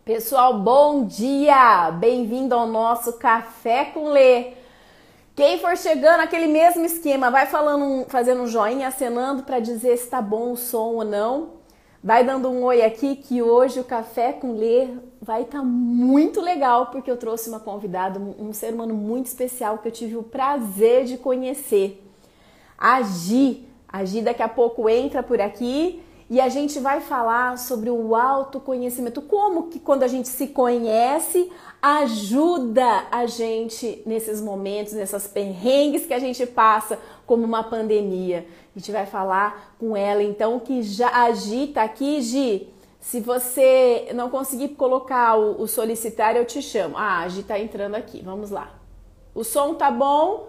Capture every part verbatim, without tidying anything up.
Pessoal, bom dia! Bem-vindo ao nosso Café com Lê. Quem for chegando, aquele mesmo esquema, vai falando, fazendo um joinha, acenando para dizer se tá bom o som ou não. Vai dando um oi aqui que hoje o Café com Lê vai estar tá muito legal porque eu trouxe uma convidada, um ser humano muito especial que eu tive o prazer de conhecer. A Gi. A Gi daqui a pouco entra por aqui. E a gente vai falar sobre o autoconhecimento, como que quando a gente se conhece, ajuda a gente nesses momentos, nessas perrengues que a gente passa, como uma pandemia. A gente vai falar com ela, então, que já a Gi tá aqui. Gi, se você não conseguir colocar o, o solicitar, eu te chamo. Ah, a Gi tá entrando aqui, vamos lá. O som tá bom?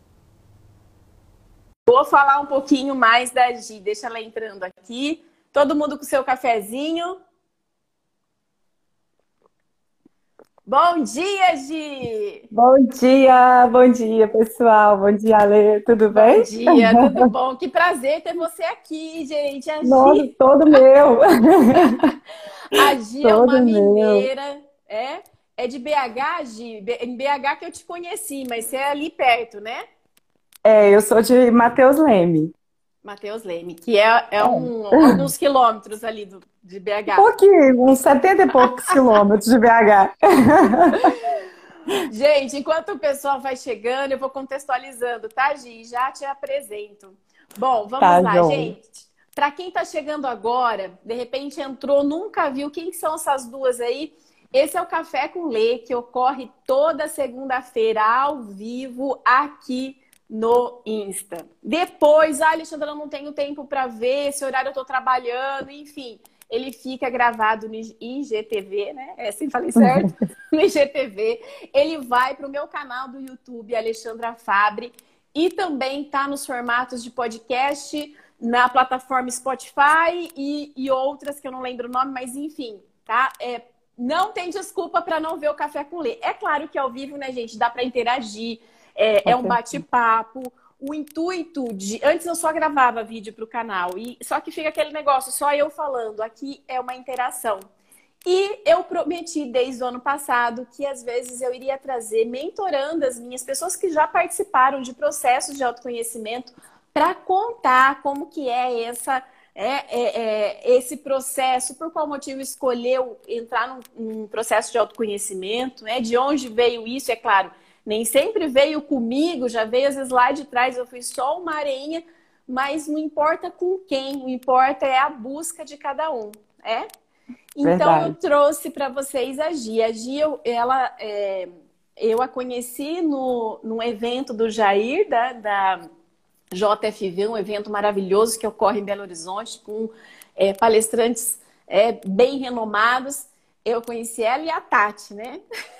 Vou falar um pouquinho mais da Gi, deixa ela entrando aqui. Todo mundo com seu cafezinho. Bom dia, Gi! Bom dia, bom dia, pessoal. Bom dia, Ale. Tudo Bom bem? dia, tudo bom? Que prazer ter você aqui, gente. A Nossa, Gi, todo meu. a Gi é uma Todo meu. mineira, é? É de B H, Gi? Em B H que eu te conheci, mas você é ali perto, né? É, eu sou de Mateus Leme. Mateus Leme, que é, é É. um, alguns quilômetros ali do, de Um B H. pouquinho, uns setenta e poucos quilômetros de B H. Gente, enquanto o pessoal vai chegando, eu vou contextualizando, tá, Gi? Já te apresento. Bom, vamos Tá, lá, João. gente. Para quem tá chegando agora, de repente entrou, nunca viu quem são essas duas aí. Esse é o Café com Lê, que ocorre toda segunda-feira ao vivo aqui no Insta. Depois, ah, Alexandra, eu não tenho tempo para ver, esse horário eu tô trabalhando, enfim. Ele fica gravado no I G T V, né? É assim, falei certo? No I G T V. Ele vai para o meu canal do YouTube, Alexandra Fabre, e também tá nos formatos de podcast na plataforma Spotify e, e outras que eu não lembro o nome, mas enfim, tá? É, não tem desculpa para não ver o Café com Lê. É claro que ao vivo, né, gente, dá para interagir, é, é Com um certeza. bate-papo. O intuito de... Antes eu só gravava vídeo para o canal, e só que fica aquele negócio, só eu falando. Aqui é uma interação. E eu prometi desde o ano passado que às vezes eu iria trazer mentorando as minhas pessoas que já participaram de processos de autoconhecimento para contar como que é essa... É, é, é, esse processo, por qual motivo escolheu entrar num, num processo de autoconhecimento, né? De onde veio isso, é claro. Nem sempre veio comigo, já veio às vezes lá de trás, eu fui só uma areinha, mas não importa com quem, o importa é a busca de cada um, é? Então eu Verdade. trouxe para vocês a Gia. A Gia, ela, é, eu a conheci no, num evento do Jair, da, da J F V, um evento maravilhoso que ocorre em Belo Horizonte, com é, palestrantes é, bem renomados. Eu conheci ela e a Tati, né?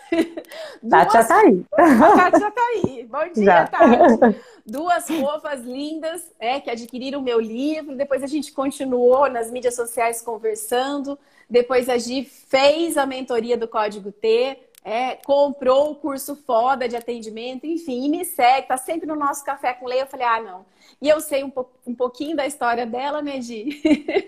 Tati já Duas... tá aí. A Tati já tá aí. Bom dia, Já. Tati. Duas fofas lindas, é, que adquiriram o meu livro. Depois a gente continuou nas mídias sociais conversando. Depois a Gi fez a mentoria do Código T, é, comprou o curso foda de atendimento, enfim, e me segue, tá sempre no nosso Café com Lê. Eu falei, ah, não. E eu sei um, po um pouquinho da história dela, né, Gi?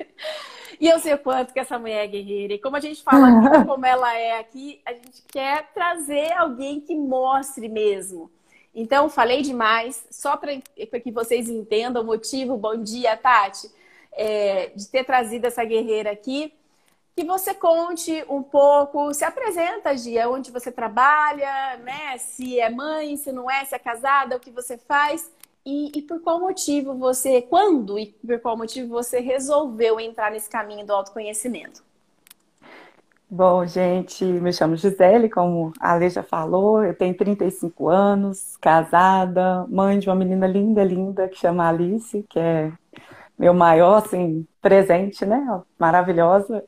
E eu sei o quanto que essa mulher é guerreira. E como a gente fala, a vida como ela é aqui, a gente quer trazer alguém que mostre mesmo. Então, falei demais, só para que vocês entendam o motivo, bom dia, Tati, é, de ter trazido essa guerreira aqui. Que você conte um pouco, se apresenta, Gia, onde você trabalha, né? Se é mãe, se não é, se é casada, o que você faz. E, e por qual motivo você, quando e por qual motivo você resolveu entrar nesse caminho do autoconhecimento? Bom, gente, me chamo Gisele, como a Ale já falou, eu tenho trinta e cinco anos, casada, mãe de uma menina linda, linda, que chama Alice, que é meu maior, assim, presente, né? Maravilhosa.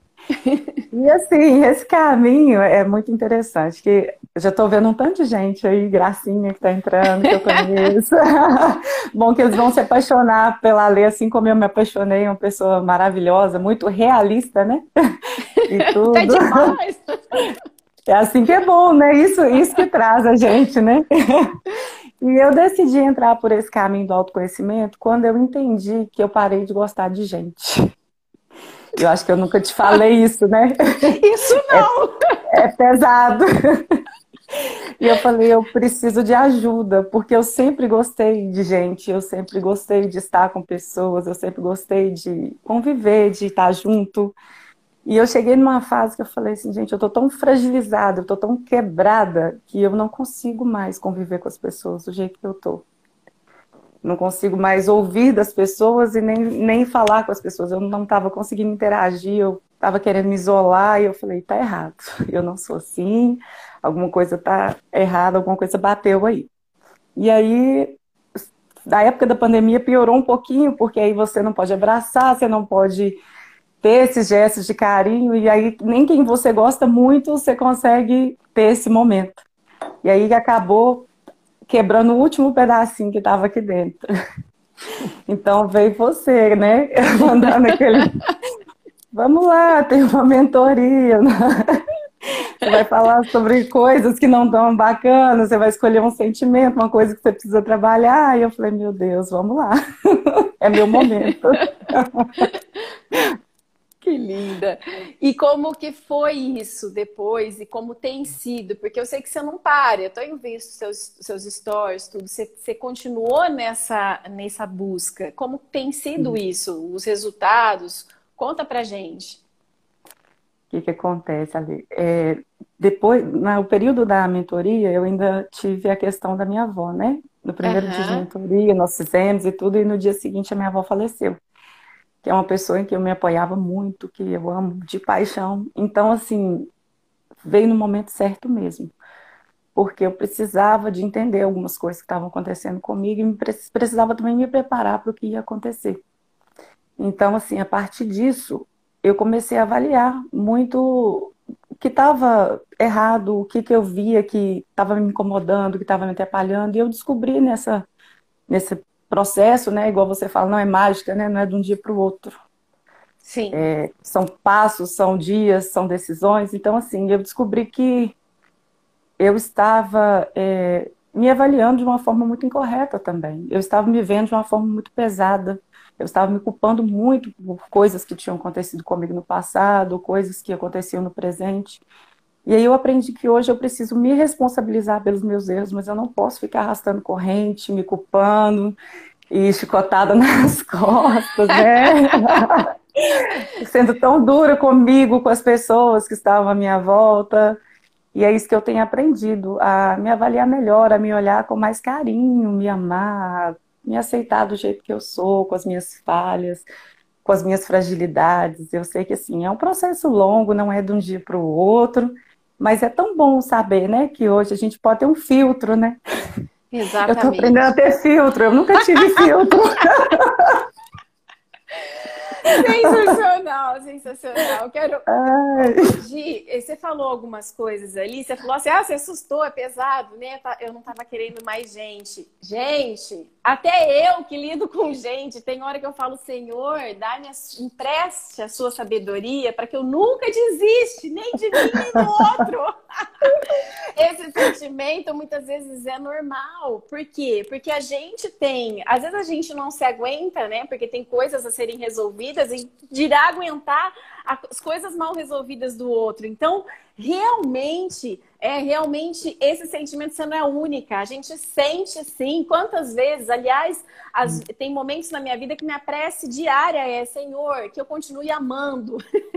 E assim, esse caminho é muito interessante, que eu já estou vendo um tanto de gente aí, gracinha, que está entrando, que eu conheço. Bom, que eles vão se apaixonar pela Lê, assim como eu me apaixonei, uma pessoa maravilhosa, muito realista, né? E Tá tudo. demais! É assim que é bom, né? Isso, isso que traz a gente, né? E eu decidi entrar por esse caminho do autoconhecimento quando eu entendi que eu parei de gostar de gente. Eu acho que eu nunca te falei isso, né? Isso não! É, é pesado. E eu falei, eu preciso de ajuda, porque eu sempre gostei de gente, eu sempre gostei de estar com pessoas, eu sempre gostei de conviver, de estar junto. E eu cheguei numa fase que eu falei assim, gente, eu tô tão fragilizada, eu tô tão quebrada, que eu não consigo mais conviver com as pessoas do jeito que eu tô. Não consigo mais ouvir das pessoas e nem, nem falar com as pessoas. Eu não estava conseguindo interagir, eu estava querendo me isolar e eu falei, tá errado. Eu não sou assim, alguma coisa tá errada, alguma coisa bateu aí. E aí, da época da pandemia, piorou um pouquinho, porque aí você não pode abraçar, você não pode ter esses gestos de carinho, e aí nem quem você gosta muito, você consegue ter esse momento. E aí acabou quebrando o último pedacinho que estava aqui dentro. Então veio você, né? Mandando aquele. Vamos lá, tem uma mentoria. Você vai falar sobre coisas que não estão bacanas, você vai escolher um sentimento, uma coisa que você precisa trabalhar. E eu falei, meu Deus, vamos lá. É meu momento. Que linda! E como que foi isso depois e como tem sido? Porque eu sei que você não para, eu tenho visto seus, seus stories, tudo. Você, você continuou nessa, nessa busca. Como tem sido isso? Os resultados? Conta pra gente. O que que acontece ali? É, depois, no período da mentoria, eu ainda tive a questão da minha avó, né? No primeiro dia de Aham. mentoria, nós fizemos e tudo, e no dia seguinte a minha avó faleceu. Que é uma pessoa em que eu me apoiava muito, que eu amo de paixão. Então, assim, veio no momento certo mesmo, porque eu precisava de entender algumas coisas que estavam acontecendo comigo e me pre- precisava também me preparar para o que ia acontecer. Então, assim, a partir disso, eu comecei a avaliar muito o que estava errado, o que, que eu via que estava me incomodando, que estava me atrapalhando, e eu descobri nessa, nesse processo, né, igual você fala, não é mágica, né, não é de um dia para o outro. Sim. São passos, são dias, são decisões. Então, assim, eu descobri que eu estava é, me avaliando de uma forma muito incorreta também. Eu estava me vendo de uma forma muito pesada. Eu estava me culpando muito por coisas que tinham acontecido comigo no passado, coisas que aconteciam no presente. E aí eu aprendi que hoje eu preciso me responsabilizar pelos meus erros, mas eu não posso ficar arrastando corrente, me culpando e chicotada nas costas, né? Sendo tão dura comigo, com as pessoas que estavam à minha volta. E é isso que eu tenho aprendido, a me avaliar melhor, a me olhar com mais carinho, me amar, me aceitar do jeito que eu sou, com as minhas falhas, com as minhas fragilidades. Eu sei que assim, é um processo longo, não é de um dia para o outro, mas é tão bom saber, né, que hoje a gente pode ter um filtro, né? Eu tô aprendendo a Exatamente. ter filtro, eu nunca tive filtro. Sensacional, sensacional. Quero. Ô, ô, Ai. Gi, eh, você falou algumas coisas ali. Você falou assim: ah, você assustou, é pesado, né? Tá- Eu não tava querendo mais gente. Gente, até eu que lido com gente, tem hora que eu falo: Senhor, dá-me, a- empreste a sua sabedoria para que eu nunca desiste, nem de mim, nem do outro. Esse sentimento muitas vezes é normal. Por quê? Porque a gente tem, às vezes a gente não se aguenta, né? Porque tem coisas a serem resolvidas e dirá aguentar as coisas mal resolvidas do outro. Então, realmente, é realmente esse sentimento você não é única. A gente sente sim. Quantas vezes, aliás, as- tem momentos na minha vida que minha prece diária é, Senhor, que eu continue amando.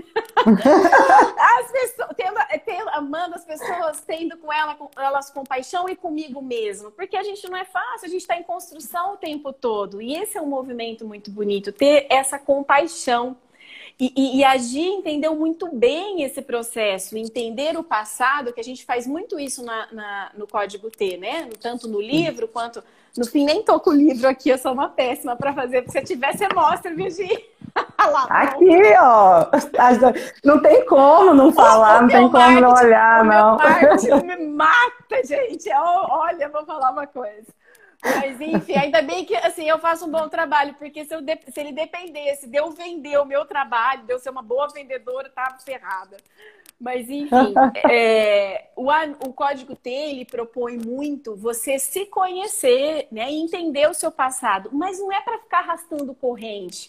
As pessoas, tendo, tendo, amando as pessoas, tendo com ela, com elas compaixão e comigo mesmo. Porque a gente não é fácil, a gente está em construção o tempo todo. E esse é um movimento muito bonito, ter essa compaixão. E, e, e a Gi entendeu muito bem esse processo, entender o passado, que a gente faz muito isso na, na- no Código T, né? Tanto no livro quanto. No fim, nem tô com o livro aqui, eu sou uma péssima para fazer. Se você tiver, você mostra, viu, Gi? Lá, Aqui, pronto. ó. Não tem como não O, falar, o não tem meu como não marketing, o olhar, meu não. marketing me mata, gente. Eu- olha, vou falar uma coisa. Mas, enfim, ainda bem que assim, eu faço um bom trabalho, porque se, eu de- se ele dependesse de eu vender o meu trabalho, de eu ser uma boa vendedora, tava ferrada. Mas, enfim, é, o, a- o Código T, ele propõe muito você se conhecer, né, e entender o seu passado. Mas não é para ficar arrastando corrente.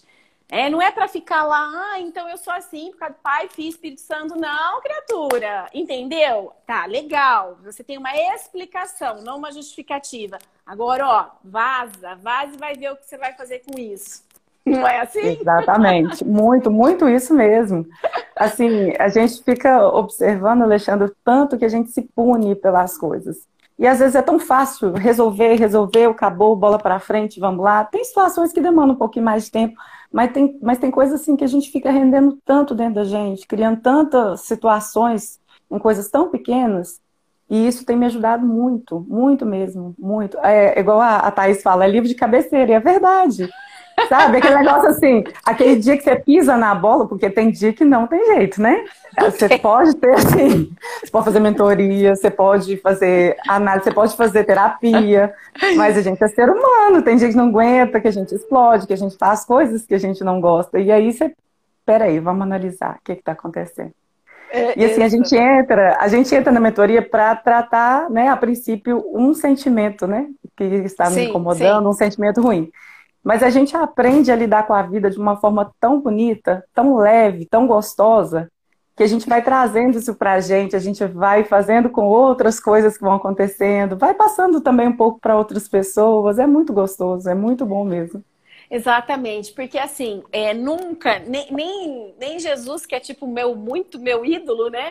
É, não é para ficar lá, ah, então eu sou assim por causa do Pai, Filho, Espírito Santo. Não, criatura. Entendeu? Tá, legal. Você tem uma explicação, não uma justificativa. Agora, ó, vaza, vaza e vai ver o que você vai fazer com isso. Não é assim? Exatamente. Muito, muito isso mesmo. Assim, a gente fica observando, Alexandre, tanto que a gente se pune pelas coisas. E às vezes é tão fácil resolver, resolver, acabou, bola para frente, vamos lá. Tem situações que demandam um pouquinho mais de tempo, mas tem, mas tem coisas assim que a gente fica rendendo tanto dentro da gente, criando tantas situações em coisas tão pequenas, e isso tem me ajudado muito, muito mesmo, muito. É, igual a, a Thaís fala, é livro de cabeceira, e é verdade. Sabe, aquele negócio assim, aquele dia que você pisa na bola, porque tem dia que não tem jeito, né? Você pode ter assim, você pode fazer mentoria, você pode fazer análise, você pode fazer terapia, mas a gente é ser humano, tem dia que não aguenta, que a gente explode, que a gente faz coisas que a gente não gosta, e aí você, peraí, vamos analisar o que está acontecendo. É, e assim, a gente entra, a gente entra na mentoria para tratar, né, a princípio, um sentimento, né, que está me sim, incomodando, sim. um sentimento ruim. Mas a gente aprende a lidar com a vida de uma forma tão bonita, tão leve, tão gostosa, que a gente vai trazendo isso pra gente, a gente vai fazendo com outras coisas que vão acontecendo, vai passando também um pouco para outras pessoas, é muito gostoso, é muito bom mesmo. Exatamente, porque assim, é, nunca, nem, nem, nem Jesus, que é tipo meu, muito meu ídolo, né?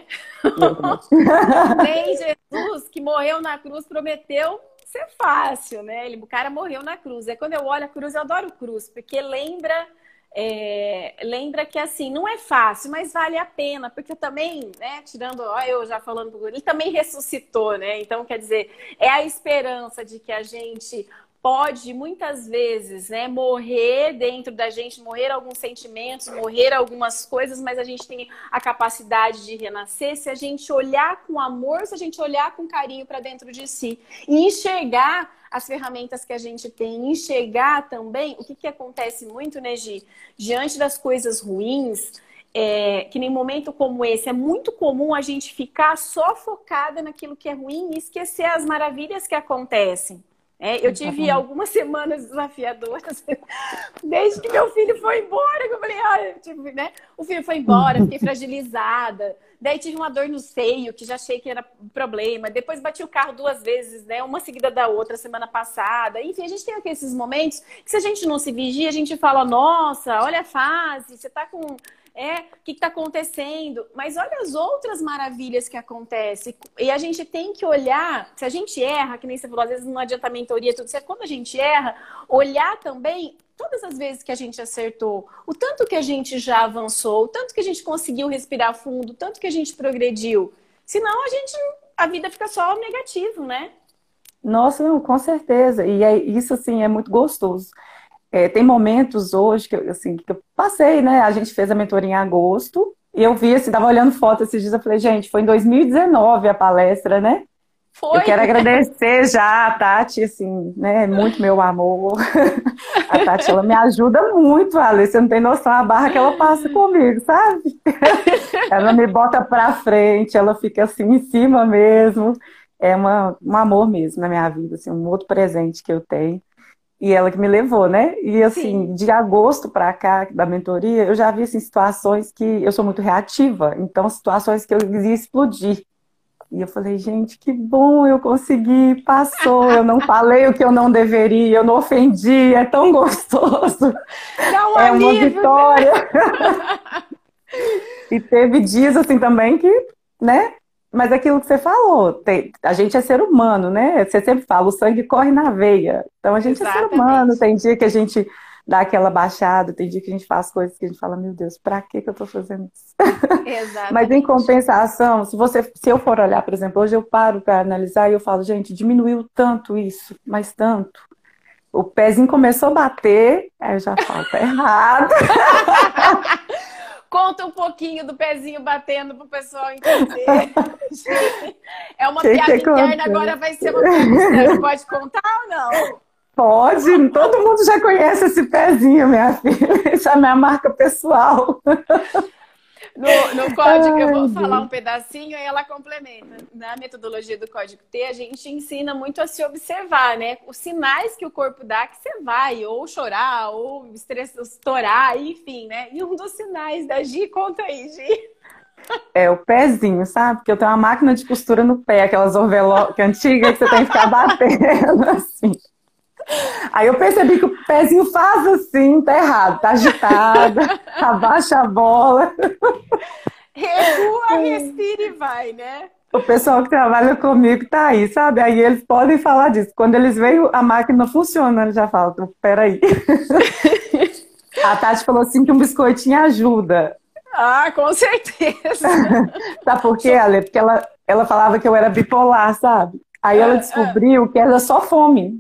Nem Jesus, que morreu na cruz, prometeu ser fácil, né? Ele, o cara morreu na cruz. É quando eu olho a cruz, eu adoro cruz, porque lembra, é, lembra que assim, não é fácil, mas vale a pena, porque também, né, tirando, ó, eu já falando pro ele também ressuscitou, né? Então, quer dizer, é a esperança de que a gente pode, muitas vezes, né, morrer dentro da gente, morrer alguns sentimentos, morrer algumas coisas, mas a gente tem a capacidade de renascer se a gente olhar com amor, se a gente olhar com carinho para dentro de si e enxergar as ferramentas que a gente tem, enxergar também o que, que acontece muito, né, Gi? Diante das coisas ruins, é, que em um momento como esse é muito comum a gente ficar só focada naquilo que é ruim e esquecer as maravilhas que acontecem. É, eu tive algumas semanas desafiadoras, desde que meu filho foi embora, que eu falei, ah, eu tive, né? O filho foi embora, fiquei fragilizada, daí tive uma dor no seio, que já achei que era problema, depois bati o carro duas vezes, né? Uma seguida da outra, semana passada, enfim, a gente tem aqueles momentos que se a gente não se vigia, a gente fala, nossa, olha a fase, você tá com... É, o que está acontecendo? Mas olha as outras maravilhas que acontecem. E a gente tem que olhar, se a gente erra, que nem você falou, às vezes não adianta a mentoria, tudo certo. Quando a gente erra, olhar também todas as vezes que a gente acertou, o tanto que a gente já avançou, o tanto que a gente conseguiu respirar fundo, o tanto que a gente progrediu. Senão a gente, a vida fica só negativo, né? Nossa, não, com certeza. E é, isso, assim, é muito gostoso. É, tem momentos hoje que eu, assim, que eu passei, né? A gente fez a mentoria em agosto e eu vi, assim, tava olhando foto esses dias, eu falei, gente, foi em dois mil e dezenove a palestra, né? Foi. Eu quero agradecer já a Tati, assim, né? Muito meu amor. A Tati, ela me ajuda muito, Alice. Você não tem noção a barra que ela passa comigo, sabe? Ela me bota pra frente, ela fica assim em cima mesmo. É uma, um amor mesmo na minha vida, assim, um outro presente que eu tenho. E ela que me levou, né? E assim, Sim. de agosto para cá, da mentoria, eu já vi assim, situações que eu sou muito reativa. Então, situações que eu ia explodir. E eu falei, gente, que bom, eu consegui, passou. Eu não falei o que eu não deveria, eu não ofendi, é tão gostoso. Dá um é alívio, uma vitória. Né? E teve dias assim também que, né? Mas aquilo que você falou, tem, a gente é ser humano, né? Você sempre fala, o sangue corre na veia. Então a gente Exatamente. É ser humano, tem dia que a gente dá aquela baixada, tem dia que a gente faz coisas que a gente fala, meu Deus, pra que que eu tô fazendo isso? Exatamente. Mas em compensação, se, você, se eu for olhar, por exemplo, hoje eu paro para analisar e eu falo, gente, diminuiu tanto isso, mas tanto. O pezinho começou a bater, aí eu já falo, tá errado. Conta um pouquinho do pezinho batendo pro pessoal entender. É uma que piada que interna, acontece? Agora vai ser uma piada externa. Pode contar ou não? Pode, todo mundo já conhece esse pezinho, minha filha. Essa é a minha marca pessoal. No, no código, eu vou Ai, falar Deus. um pedacinho e ela complementa. Na metodologia do Código T, a gente ensina muito a se observar, né? Os sinais que o corpo dá que você vai ou chorar, ou estress- estourar, enfim, né? E um dos sinais da Gi, conta aí, Gi. É o pezinho, sabe? Porque eu tenho uma máquina de costura no pé, aquelas overlock antigas que você tem que ficar batendo assim. Aí eu percebi que o pezinho faz assim, tá errado, tá agitada, abaixa a bola. Recua, respira e vai, né? O pessoal que trabalha comigo tá aí, sabe? Aí eles podem falar disso. Quando eles veem a máquina funcionando, eles já falam, peraí. A Tati falou assim que um biscoitinho ajuda. Ah, com certeza. Sabe por quê, Ale? Porque ela, ela falava que eu era bipolar, sabe? Aí ela Ah, ah. descobriu que era só fome.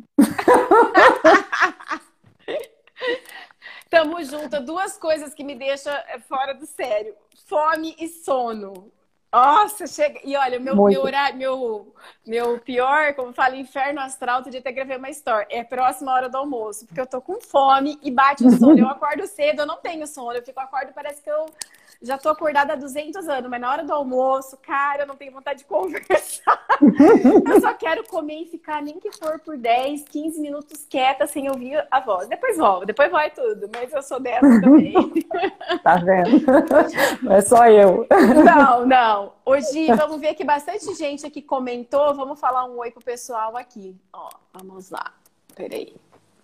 Tamo junto. Duas coisas que me deixam é, fora do sério: fome e sono. Nossa, chega. E olha, meu, meu Muito. horário, meu, meu pior, como fala, inferno astral, outro dia até gravei uma story. É próxima hora do almoço, porque eu tô com fome e bate o sono. Eu acordo cedo, eu não tenho sono. Eu fico acordo, parece que eu já tô acordada há duzentos anos, mas na hora do almoço, cara, eu não tenho vontade de conversar. Eu só quero comer e ficar, nem que for por dez, quinze minutos quieta, sem ouvir a voz. Depois volto, depois vai tudo, mas eu sou dessa também. Tá vendo? Não é só eu. Não, não. Hoje, vamos ver que bastante gente aqui comentou. Vamos falar um oi pro pessoal aqui. Ó, vamos lá. Peraí.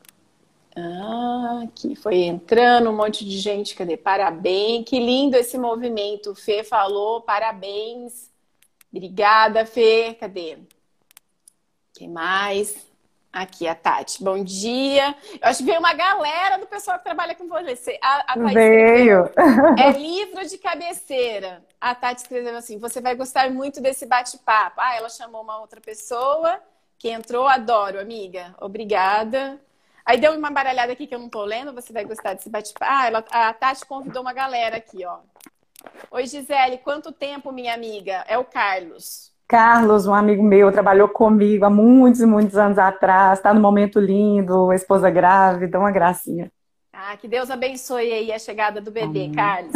Ah, aqui foi entrando um monte de gente. Cadê? Parabéns. Que lindo esse movimento. Fê falou, parabéns. Obrigada, Fê. Cadê? Quem mais? Aqui, a Tati. Bom dia. Eu acho que veio uma galera do pessoal que trabalha com você. A, a Thaís Veio. escreveu. É livro de cabeceira. A Tati escreveu assim: você vai gostar muito desse bate-papo. Ah, ela chamou uma outra pessoa que entrou. Adoro, amiga. Obrigada. Aí deu uma baralhada aqui que eu não tô lendo. Você vai gostar desse bate-papo. Ah, ela, a Tati convidou uma galera aqui, ó. Oi, Gisele. Quanto tempo, minha amiga? É o Carlos. Carlos, um amigo meu, trabalhou comigo há muitos e muitos anos atrás. Está no momento lindo, a esposa grávida, uma gracinha. Ah, que Deus abençoe aí a chegada do bebê, Amém. Carlos.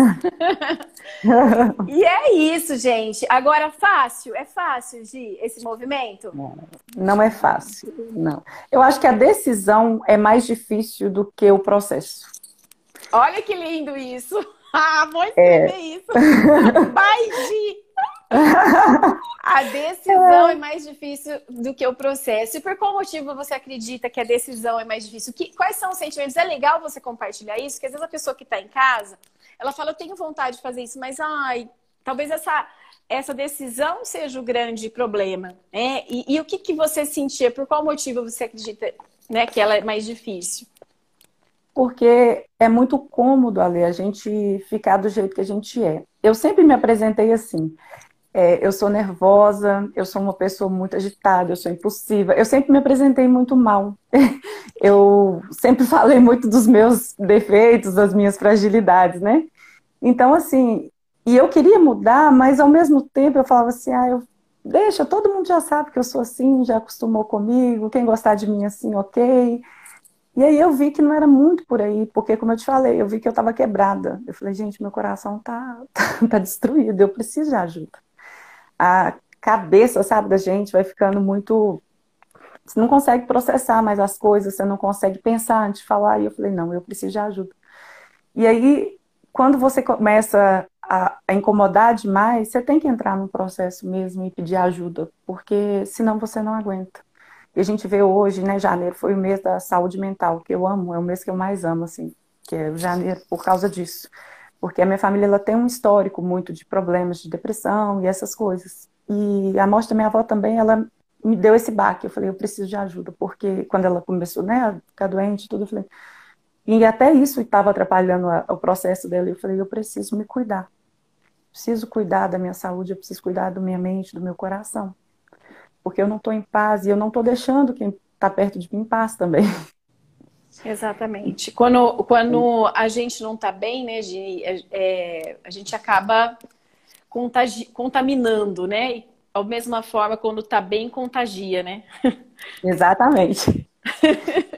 E é isso, gente. Agora, fácil? É fácil, Gi, esse movimento? Não é fácil, não. Eu acho que a decisão é mais difícil do que o processo. Olha que lindo isso. Ah, vou escrever É. isso. Vai, Gi. A decisão é mais difícil do que o processo. E por qual motivo você acredita que a decisão é mais difícil? Que, quais são os sentimentos? É legal você compartilhar isso, porque às vezes a pessoa que está em casa, ela fala, eu tenho vontade de fazer isso, mas ai, talvez essa, essa decisão seja o grande problema. Né? E, e o que, que você sentia? Por qual motivo você acredita, né, que ela é mais difícil? Porque é muito cômodo, Ale, a gente ficar do jeito que a gente é. Eu sempre me apresentei assim. É, eu sou nervosa, eu sou uma pessoa muito agitada, eu sou impulsiva. Eu sempre me apresentei muito mal. Eu sempre falei muito dos meus defeitos, das minhas fragilidades, né? Então, assim, e eu queria mudar, mas ao mesmo tempo eu falava assim, ah, eu, deixa, todo mundo já sabe que eu sou assim, já acostumou comigo, quem gostar de mim assim, ok. E aí eu vi que não era muito por aí, porque como eu te falei, eu vi que eu estava quebrada. Eu falei, gente, meu coração tá, tá, tá destruído, eu preciso de ajuda. A cabeça, sabe, da gente vai ficando muito... Você não consegue processar mais as coisas, você não consegue pensar antes de falar. E eu falei, não, eu preciso de ajuda. E aí, quando você começa a, a incomodar demais, você tem que entrar no processo mesmo e pedir ajuda, porque senão você não aguenta. E a gente vê hoje, né, janeiro foi o mês da saúde mental, que eu amo, é o mês que eu mais amo, assim, que é o janeiro por causa disso. Porque a minha família ela tem um histórico muito de problemas de depressão e essas coisas. E a morte da minha avó também, ela me deu esse baque. Eu falei, eu preciso de ajuda, porque quando ela começou, né, a ficar doente e tudo, eu falei... E até isso estava atrapalhando a, o processo dela. Eu falei, eu preciso me cuidar. Preciso cuidar da minha saúde, eu preciso cuidar da minha mente, do meu coração. Porque eu não estou em paz e eu não estou deixando quem está perto de mim em paz também. Exatamente. Quando, quando a gente não tá bem, né, Gi, é, é, a gente acaba contagi, contaminando, né? E, da mesma forma, quando tá bem, contagia, né? Exatamente.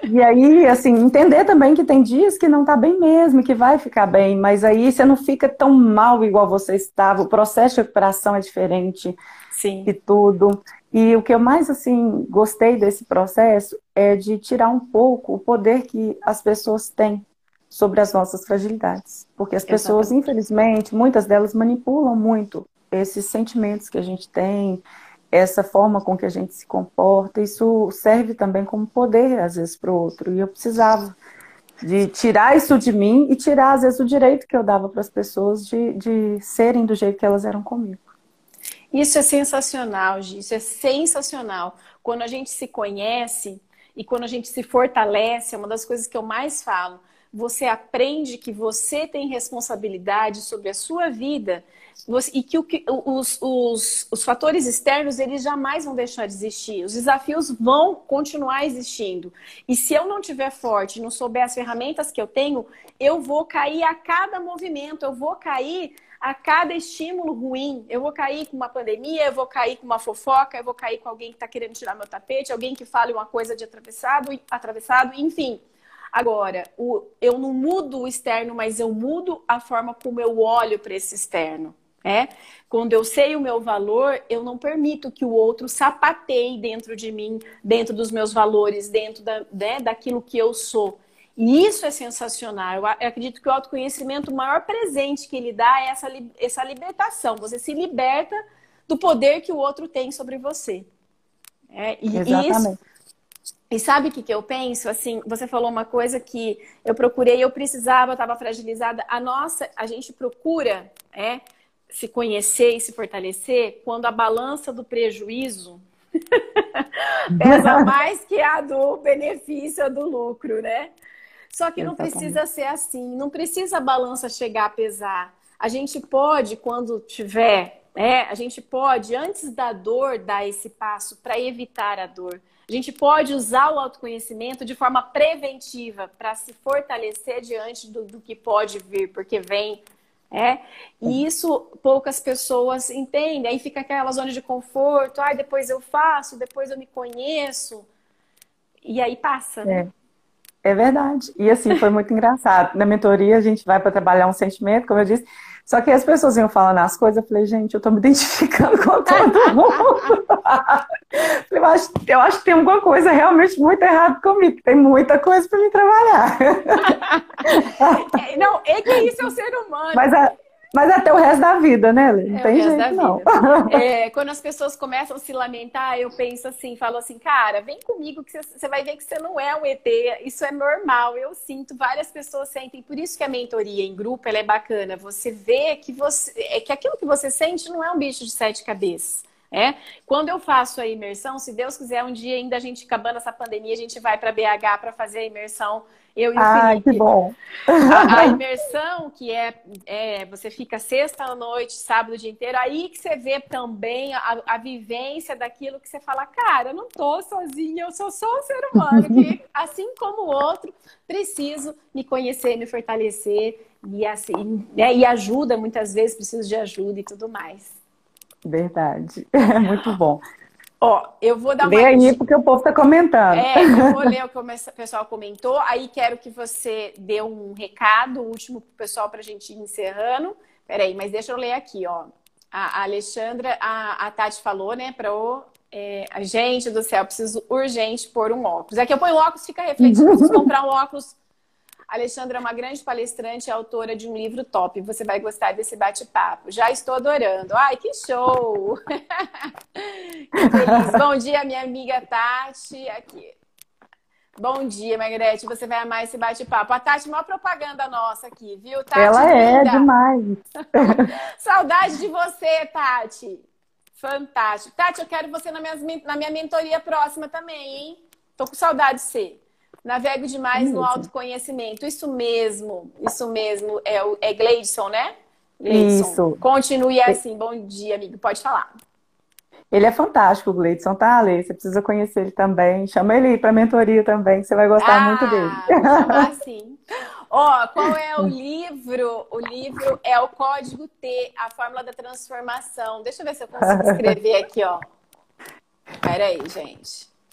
E aí, assim, entender também que tem dias que não tá bem mesmo, que vai ficar bem, mas aí você não fica tão mal igual você estava, o processo de recuperação é diferente Sim, e tudo. E o que eu mais, assim, gostei desse processo é de tirar um pouco o poder que as pessoas têm sobre as nossas fragilidades. Porque as pessoas, exatamente. infelizmente, muitas delas manipulam muito esses sentimentos que a gente tem, essa forma com que a gente se comporta, isso serve também como poder, às vezes, para o outro. E eu precisava de tirar isso de mim e tirar, às vezes, o direito que eu dava para as pessoas de, de serem do jeito que elas eram comigo. Isso é sensacional, Gi, isso é sensacional. Quando a gente se conhece e quando a gente se fortalece, é uma das coisas que eu mais falo. Você aprende que você tem responsabilidade sobre a sua vida você- e que, o que os, os, os fatores externos eles jamais vão deixar de existir. Os desafios vão continuar existindo. E se eu não tiver forte, não souber as ferramentas que eu tenho, eu vou cair a cada movimento, eu vou cair a cada estímulo ruim. Eu vou cair com uma pandemia, eu vou cair com uma fofoca, eu vou cair com alguém que está querendo tirar meu tapete, alguém que fale uma coisa de atravessado, atravessado, enfim. Agora, o, eu não mudo o externo, mas eu mudo a forma como eu olho para esse externo. É? Quando eu sei o meu valor, eu não permito que o outro sapateie dentro de mim, dentro dos meus valores, dentro da, né, daquilo que eu sou. E isso é sensacional. Eu acredito que o autoconhecimento, o maior presente que ele dá é essa, essa libertação. Você se liberta do poder que o outro tem sobre você. É, e, e isso. Exatamente. E sabe o que, que eu penso? Assim, você falou uma coisa que eu procurei, eu precisava, eu estava fragilizada. A nossa, a gente procura é, se conhecer e se fortalecer quando a balança do prejuízo pesa mais que a do benefício ou do lucro, né? Só que não Exatamente. precisa ser assim, não precisa a balança chegar a pesar. A gente pode, quando tiver, né, a gente pode, antes da dor, dar esse passo para evitar a dor. A gente pode usar o autoconhecimento de forma preventiva para se fortalecer diante do, do que pode vir, porque vem. É, e isso poucas pessoas entendem. Aí fica aquela zona de conforto, ah, depois eu faço, depois eu me conheço. E aí passa, né? É. É verdade. E assim, foi muito engraçado. Na mentoria, a gente vai para trabalhar um sentimento, como eu disse. Só que as pessoas iam falando as coisas, eu falei, gente, eu tô me identificando com todo mundo. Eu acho, eu acho que tem alguma coisa realmente muito errada comigo, tem muita coisa para me trabalhar. É, não, é que isso é o ser humano. Mas, a, mas até o resto da vida, né, Lê? Não É o tem resto da jeito, não. vida. É, quando as pessoas começam a se lamentar, eu penso assim, falo assim, cara, vem comigo que você vai ver que você não é um E T, isso é normal, eu sinto, várias pessoas sentem, por isso que a mentoria em grupo ela é bacana, você vê que, você, é que aquilo que você sente não é um bicho de sete cabeças. É? Quando eu faço a imersão, se Deus quiser, um dia ainda a gente acabando essa pandemia, a gente vai para B H para fazer a imersão, eu e o Ai, que Felipe. bom. A, a imersão, que é, é, você fica sexta à noite, sábado o dia inteiro, aí que você vê também a, a vivência daquilo que você fala, cara, eu não tô sozinha, eu sou só um ser humano, que assim como o outro, preciso me conhecer, me fortalecer, e assim, né, e ajuda, muitas vezes preciso de ajuda e tudo mais. Verdade. Muito bom. Ó, eu vou dar Lê uma aí, dica. porque o povo está comentando. É, eu vou ler o que o pessoal comentou. Aí quero que você dê um recado último pro pessoal para a gente ir encerrando. Peraí, mas deixa eu ler aqui, ó. A, a Alexandra, a, a Tati falou, né, para o. É, a gente do céu, preciso urgente pôr um óculos. Aqui eu ponho o óculos, fica refletindo. Preciso comprar um óculos. A Alexandra é uma grande palestrante e autora de um livro top. Você vai gostar desse bate-papo. Já estou adorando. Ai, que show! Que feliz. Bom dia, minha amiga Tati. Aqui. Bom dia, Margarete. Você vai amar esse bate-papo. A Tati, maior propaganda nossa aqui, viu? Tati, Ela é linda. demais. Saudade de você, Tati. Fantástico. Tati, eu quero você na minha, na minha mentoria próxima também, hein? Tô com saudade de você. Navego demais no autoconhecimento. Isso mesmo, isso mesmo. É, o, é Gleidson, né? Gleidson. Isso. Continue assim. Bom dia, amigo. Pode falar. Ele é fantástico, o Gleidson, tá, Alê? Você precisa conhecer ele também. Chama ele para mentoria também, que você vai gostar muito dele. Ah, vou chamar sim. Ó, qual é o livro? O livro é o Código T, a Fórmula da Transformação. Deixa eu ver se eu consigo escrever aqui, ó. Pera aí, gente.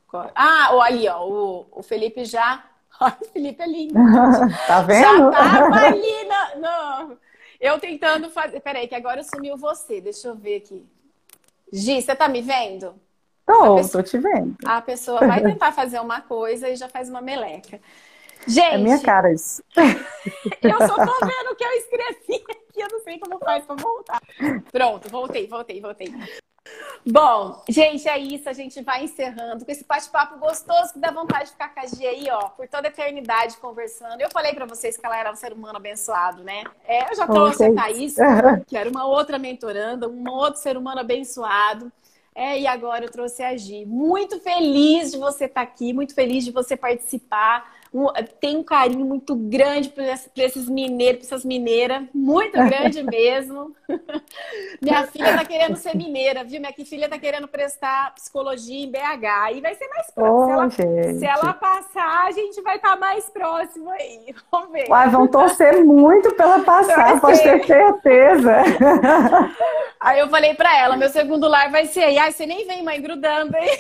Ah, ó, ali, ó, o, o Felipe já... Ai, o Felipe é lindo. Tá Já vendo? tava ali na... Não. Eu tentando fazer... Peraí, que agora sumiu você. Deixa eu ver aqui. Gi, você tá me vendo? A Tô, pessoa, tô te vendo. a pessoa vai tentar fazer uma coisa e já faz uma meleca. É minha Gente, cara isso. eu só tô vendo o que eu escrevi aqui. Eu não sei como faz pra voltar. Pronto, voltei, voltei, voltei. Bom, gente, é isso. A gente vai encerrando com esse bate-papo gostoso que dá vontade de ficar com a Gia aí, ó, por toda a eternidade conversando. Eu falei pra vocês que ela era um ser humano abençoado, né? É, eu já trouxe Ok. a Thaís, que era uma outra mentoranda, um outro ser humano abençoado. É, e agora eu trouxe a Gi. Muito feliz de você estar aqui, muito feliz de você participar. Um, tem um carinho muito grande para esses mineiros, para essas mineiras, muito grande mesmo. Minha filha tá querendo ser mineira, viu? Minha filha tá querendo prestar psicologia em B H. E vai ser mais próximo. Se Ô, ela, se gente. ela passar, a gente vai estar mais próximo aí. Vamos ver. Uai, vão torcer muito pela passar, pode ter certeza. Aí eu falei pra ela, meu segundo lar vai ser aí. Ai, você nem vem, mãe, grudando aí.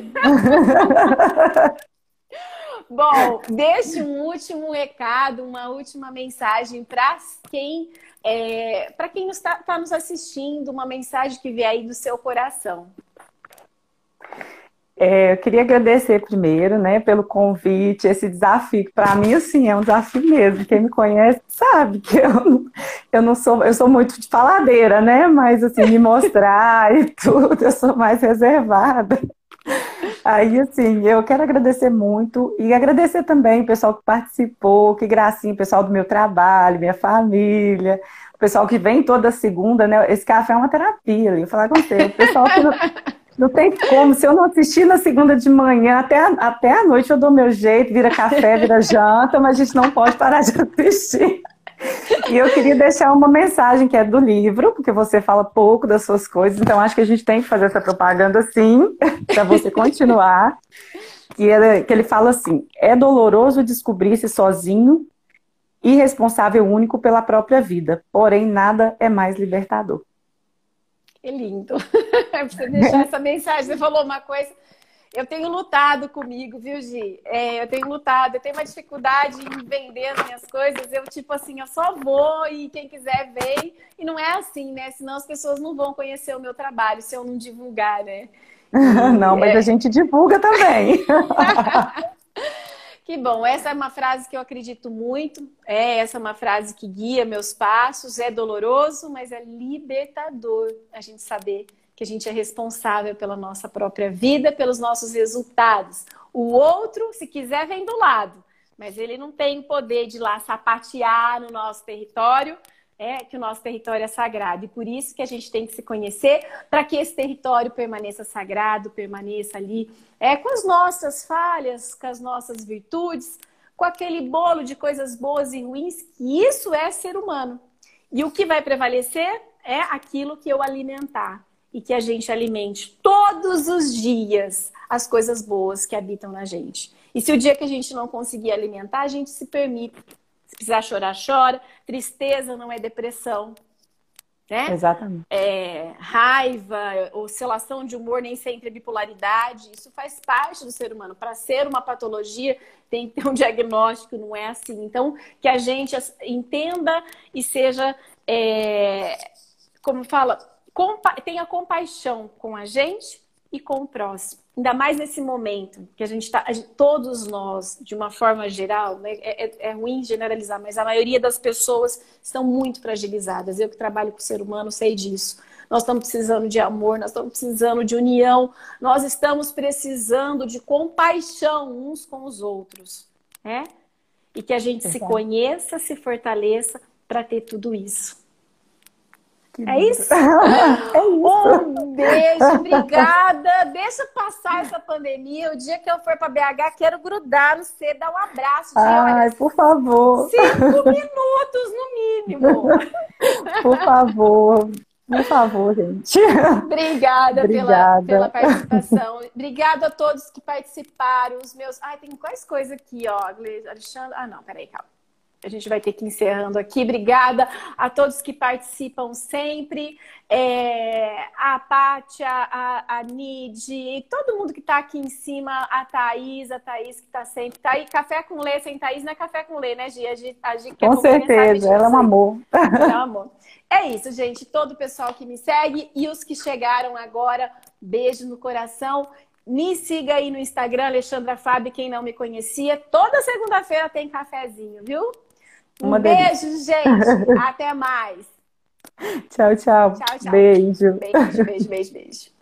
Bom, deixe um último recado, uma última mensagem para quem é, para quem está tá nos assistindo, uma mensagem que vier aí do seu coração. É, eu queria agradecer primeiro, né, pelo convite, esse desafio, que para mim, assim, é um desafio mesmo. Quem me conhece sabe que eu, não- eu não sou, eu sou muito de faladeira, né, mas assim, me mostrar e tudo, eu sou mais reservada. Aí, assim, eu quero agradecer muito e agradecer também o pessoal que participou, que gracinha, o pessoal do meu trabalho, minha família, o pessoal que vem toda segunda, né? Esse café é uma terapia, eu vou falar com você, o pessoal que não, não tem como, se eu não assistir na segunda de manhã, até, a- até a noite eu dou meu jeito, vira café, vira janta, mas a gente não pode parar de assistir. E eu queria deixar uma mensagem que é do livro, porque você fala pouco das suas coisas, então acho que a gente tem que fazer essa propaganda sim, para você continuar. Que ele, que ele fala assim: é doloroso descobrir-se sozinho, irresponsável único pela própria vida, porém nada é mais libertador. Que lindo. Pra você deixar essa mensagem, você falou uma coisa. Eu tenho lutado comigo, viu, Gi? É, eu tenho lutado, eu tenho uma dificuldade em vender as minhas coisas. Eu, tipo assim, eu só vou e quem quiser vem. E não é assim, né? Senão as pessoas não vão conhecer o meu trabalho se eu não divulgar, né? Não, E, mas a é... gente divulga também. Que bom, essa é uma frase que eu acredito muito. É, essa é uma frase que guia meus passos. É doloroso, mas é libertador a gente saber que a gente é responsável pela nossa própria vida, pelos nossos resultados. O outro, se quiser, vem do lado, mas ele não tem o poder de ir lá sapatear no nosso território, é que o nosso território é sagrado. E por isso que a gente tem que se conhecer, para que esse território permaneça sagrado, permaneça ali, é, com as nossas falhas, com as nossas virtudes, com aquele bolo de coisas boas e ruins, que isso é ser humano. E o que vai prevalecer é aquilo que eu alimentar. E que a gente alimente todos os dias as coisas boas que habitam na gente. E se o dia que a gente não conseguir alimentar, a gente se permite. Se precisar chorar, chora. Tristeza não é depressão, né? Exatamente. É, raiva, oscilação de humor, nem sempre é bipolaridade. Isso faz parte do ser humano. Para ser uma patologia, tem que ter um diagnóstico, não é assim. Então, que a gente entenda e seja, é, como fala... Compa- tenha compaixão com a gente e com o próximo. Ainda mais nesse momento que a gente está, todos nós, de uma forma geral, né, é, é, é ruim generalizar, mas a maioria das pessoas estão muito fragilizadas. Eu que trabalho com o ser humano sei disso. Nós estamos precisando de amor, nós estamos precisando de união, nós estamos precisando de compaixão uns com os outros, né? E que a gente se conheça, se fortaleça para ter tudo isso. É isso? É isso. Um beijo, obrigada. Deixa passar essa pandemia. O dia que eu for para B H, quero grudar no você, dar um abraço. De, Ai, olha, por favor. cinco minutos no mínimo. Por favor. Por favor, gente. Obrigada, Obrigada. Pela, pela participação. Obrigada a todos que participaram. Os meus. Ai, tem quais coisas aqui, ó. Alexandre. Ah, não, peraí, calma. A gente vai ter que ir encerrando aqui. Obrigada a todos que participam sempre. É, a Pátia, a, a Nid, todo mundo que está aqui em cima, a Thaís, a Thaís que está sempre. Tá aí, café com Lê, sem Thaís não é café com Lê, né, Gi? A Gi, a Gi que Com certeza, ela é um amor. Ela é um amor. É isso, gente. Todo o pessoal que me segue e os que chegaram agora, beijo no coração. Me siga aí no Instagram, Alexandra Fábio, quem não me conhecia. Toda segunda-feira tem cafezinho, viu? Um Uma beijo, delícia. gente. Até mais. Tchau, tchau. Tchau, tchau. Beijo. Beijo, beijo, beijo, beijo.